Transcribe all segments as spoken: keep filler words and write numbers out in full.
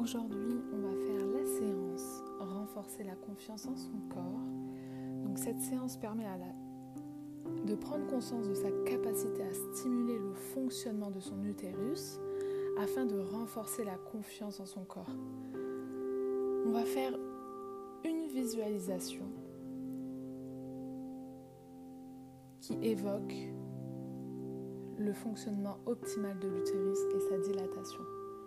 Aujourd'hui, on va faire la séance renforcer la confiance en son corps. Donc cette séance permet à la, de prendre conscience de sa capacité à stimuler le fonctionnement de son utérus afin de renforcer la confiance en son corps. On va faire une visualisation qui évoque le fonctionnement optimal de l'utérus et sa dilatation.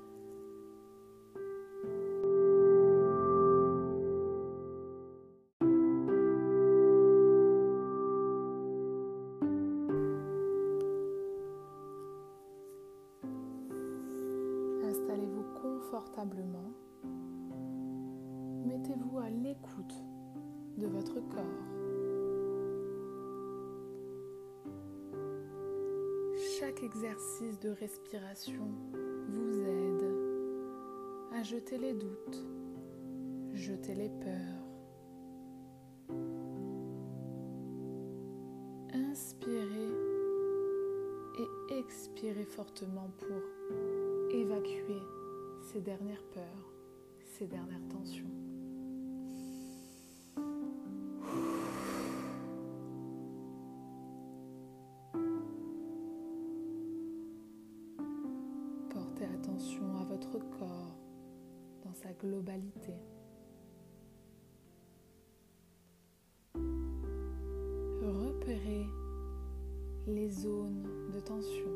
Installez-vous confortablement. Mettez-vous à l'écoute de votre corps. Chaque exercice de respiration vous aide à jeter les doutes, jeter les peurs. Inspirez et expirez fortement pour évacuer ces dernières peurs, ces dernières tensions. Portez attention à votre corps dans sa globalité. Repérez les zones de tension.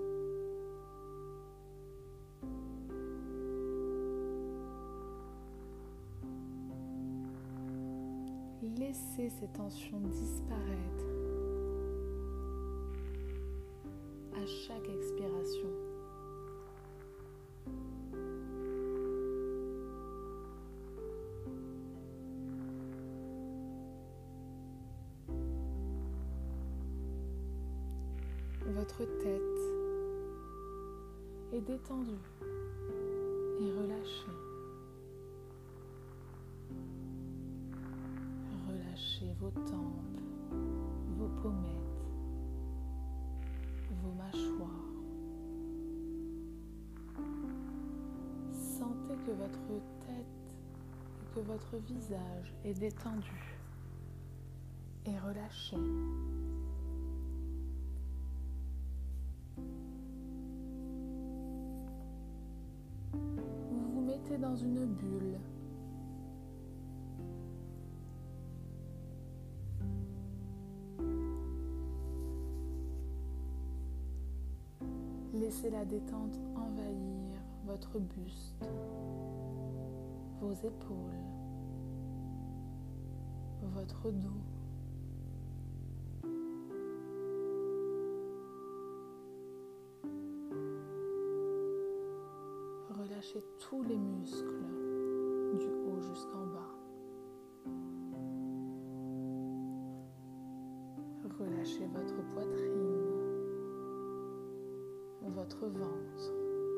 Laissez ces tensions disparaître à chaque expiration. Votre tête est détendue et relâchée. Relâchez vos tempes, vos pommettes, vos mâchoires. Sentez que votre tête et que votre visage est détendu et relâché. Vous vous mettez dans une bulle. Laissez la détente envahir votre buste, vos épaules, votre dos. Relâchez tous les muscles du haut jusqu'en bas. Relâchez votre poitrine, votre ventre.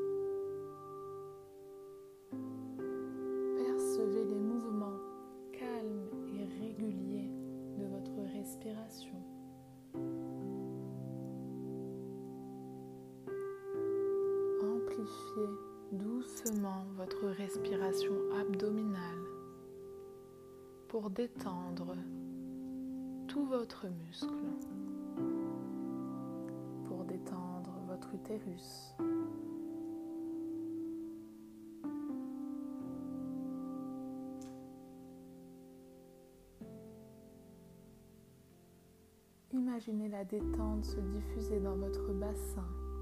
Percevez les mouvements calmes et réguliers de votre respiration. Amplifiez doucement votre respiration abdominale pour détendre tout votre muscle, pour détendre votre utérus. Imaginez la détente se diffuser dans votre bassin.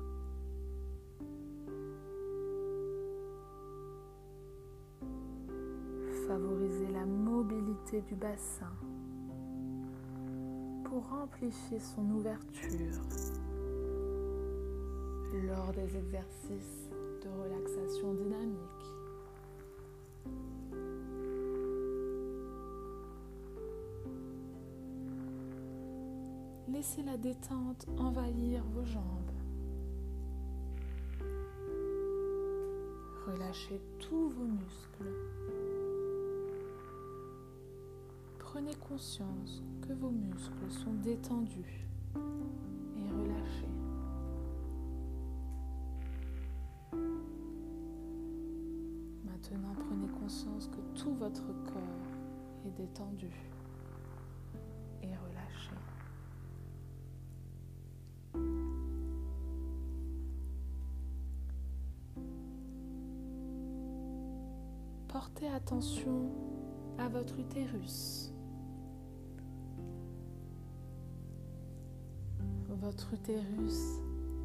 Favorisez la mobilité du bassin pour amplifier son ouverture lors des exercices de relaxation dynamique. Laissez la détente envahir vos jambes. Relâchez tous vos muscles. Prenez conscience que vos muscles sont détendus et relâchés. Maintenant, prenez conscience que tout votre corps est détendu et relâché. Portez attention à votre utérus. Votre utérus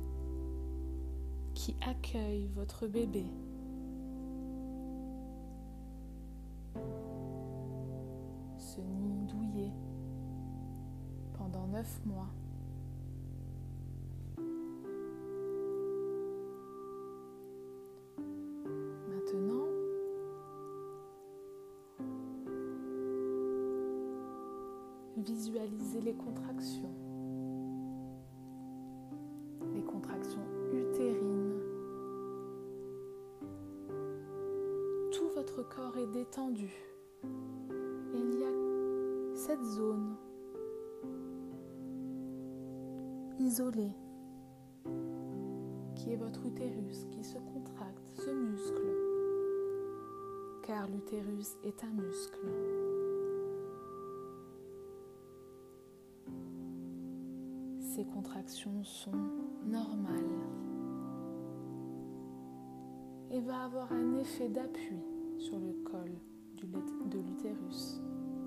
qui accueille votre bébé. Ce nid douillet pendant neuf mois. Maintenant, visualisez les contractions. Les contractions utérines. Tout votre corps est détendu. Et il y a cette zone isolée qui est votre utérus qui se contracte, ce muscle, car l'utérus est un muscle. Ces contractions sont normales et va avoir un effet d'appui sur le col de l'utérus.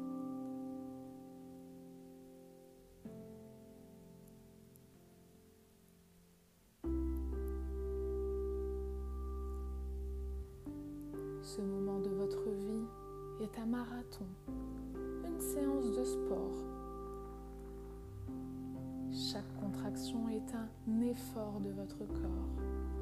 Ce moment de votre vie est un marathon, une séance de sport. Chaque contraction est un effort de votre corps.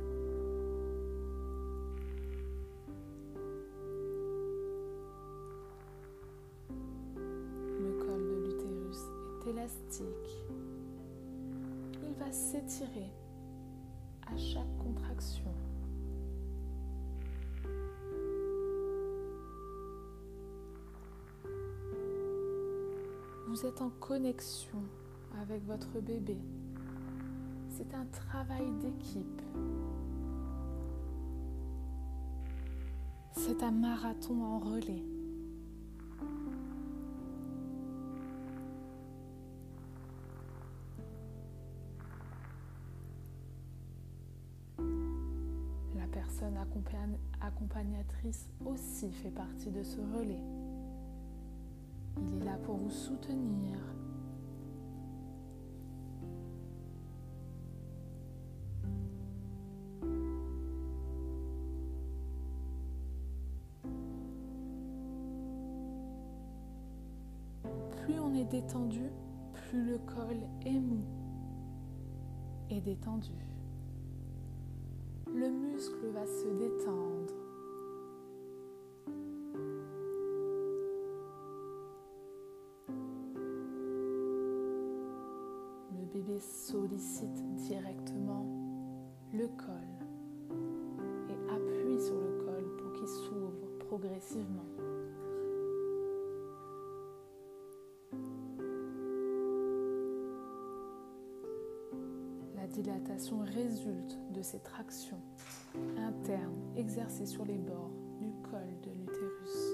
Le col de l'utérus est élastique. Il va s'étirer à chaque contraction. Vous êtes en connexion avec votre bébé. C'est un travail d'équipe. C'est un marathon en relais. La personne accompagnatrice aussi fait partie de ce relais. Il est là pour vous soutenir. Plus on est détendu, plus le col est mou et détendu. Le muscle va se détendre. Le bébé sollicite directement le col et appuie sur le col pour qu'il s'ouvre progressivement. La dilatation résulte de ces tractions internes exercées sur les bords du col de l'utérus.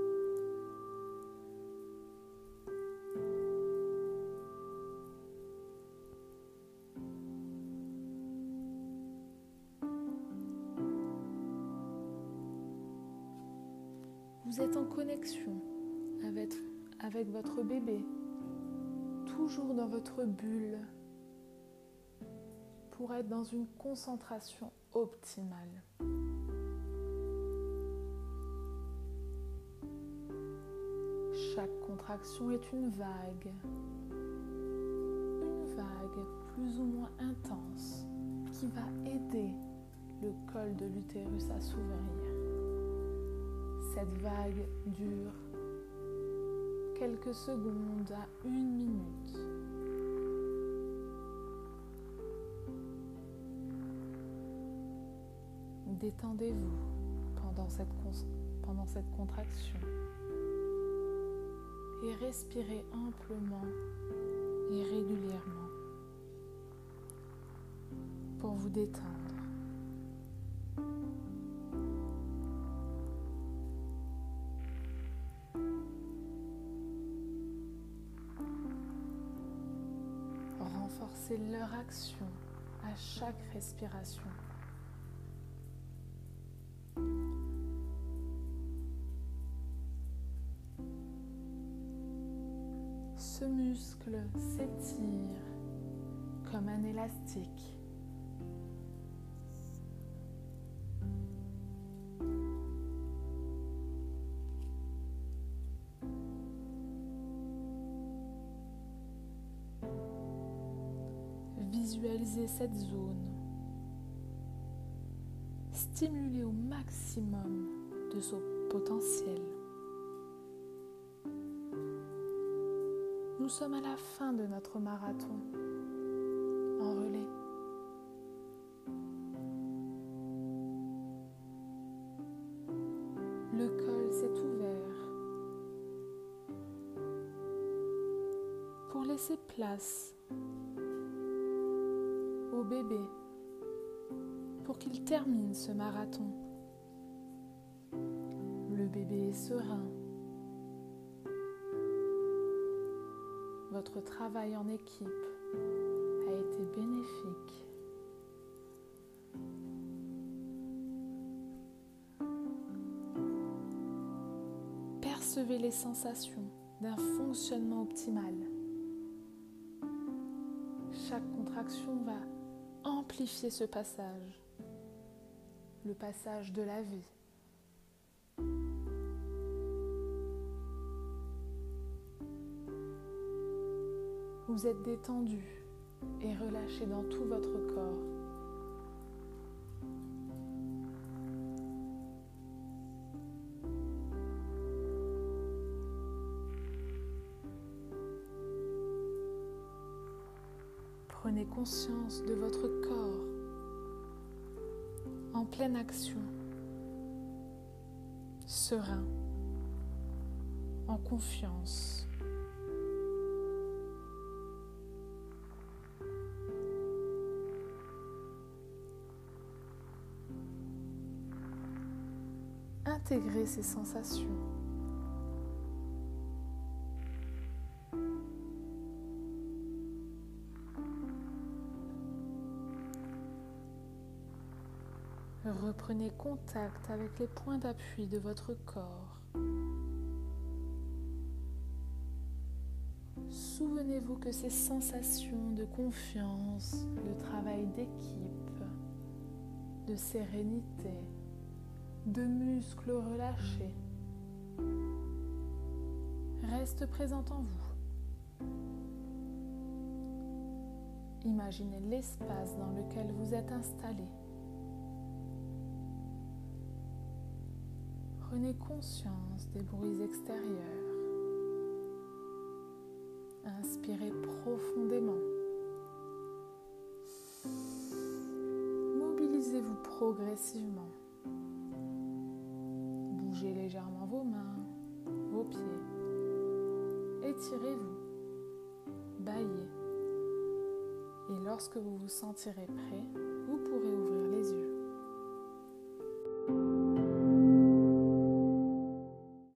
Vous êtes en connexion avec, avec votre bébé, toujours dans votre bulle, pour être dans une concentration optimale. Chaque contraction est une vague, une vague plus ou moins intense qui va aider le col de l'utérus à s'ouvrir. Cette vague dure quelques secondes à une minute. Détendez-vous pendant cette, con- pendant cette contraction et respirez amplement et régulièrement pour vous détendre. renforcer leur action à chaque respiration. Ce muscle s'étire comme un élastique. Visualisez cette zone, stimulez au maximum de son potentiel. Nous sommes à la fin de notre marathon en relais. Le col s'est ouvert pour laisser place au bébé pour qu'il termine ce marathon. Le bébé est serein. Votre travail en équipe a été bénéfique. Percevez les sensations d'un fonctionnement optimal. Chaque contraction va amplifier ce passage, le passage de la vie. Vous êtes détendu et relâché dans tout votre corps. Prenez conscience de votre corps en pleine action, serein, en confiance. Intégrez ces sensations. Reprenez contact avec les points d'appui de votre corps. Souvenez-vous que ces sensations de confiance, de travail d'équipe, de sérénité, de muscles relâchés restent présentes en vous. Imaginez l'espace dans lequel vous êtes installé. Prenez conscience des bruits extérieurs. Inspirez profondément. Mobilisez-vous progressivement. Bougez légèrement vos mains, vos pieds. Étirez-vous. Bâillez. Et lorsque vous vous sentirez prêt, vous pourrez